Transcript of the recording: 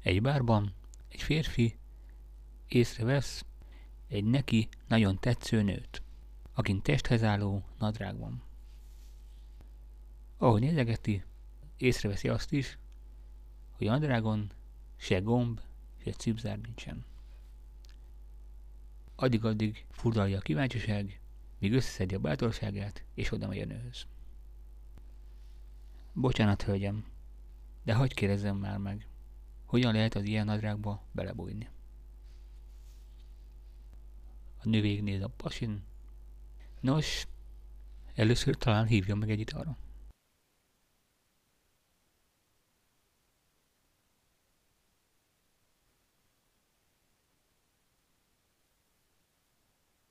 Egy bárban egy férfi észrevesz egy neki nagyon tetsző nőt, akin testhez álló nadrág van. Ahogy nézegeti, észreveszi azt is, hogy a nadrágon se gomb, se cipzár nincsen. Addig-addig furdalja a kíváncsiság, míg összeszedi a bátorságát, és oda megy a nőhöz. Bocsánat, hölgyem, de hagyj kérdezzem már meg, hogyan lehet az ilyen nadrágba belebújni? A nő végignéz a pasin. Nos, először talán hívjon meg egy italra.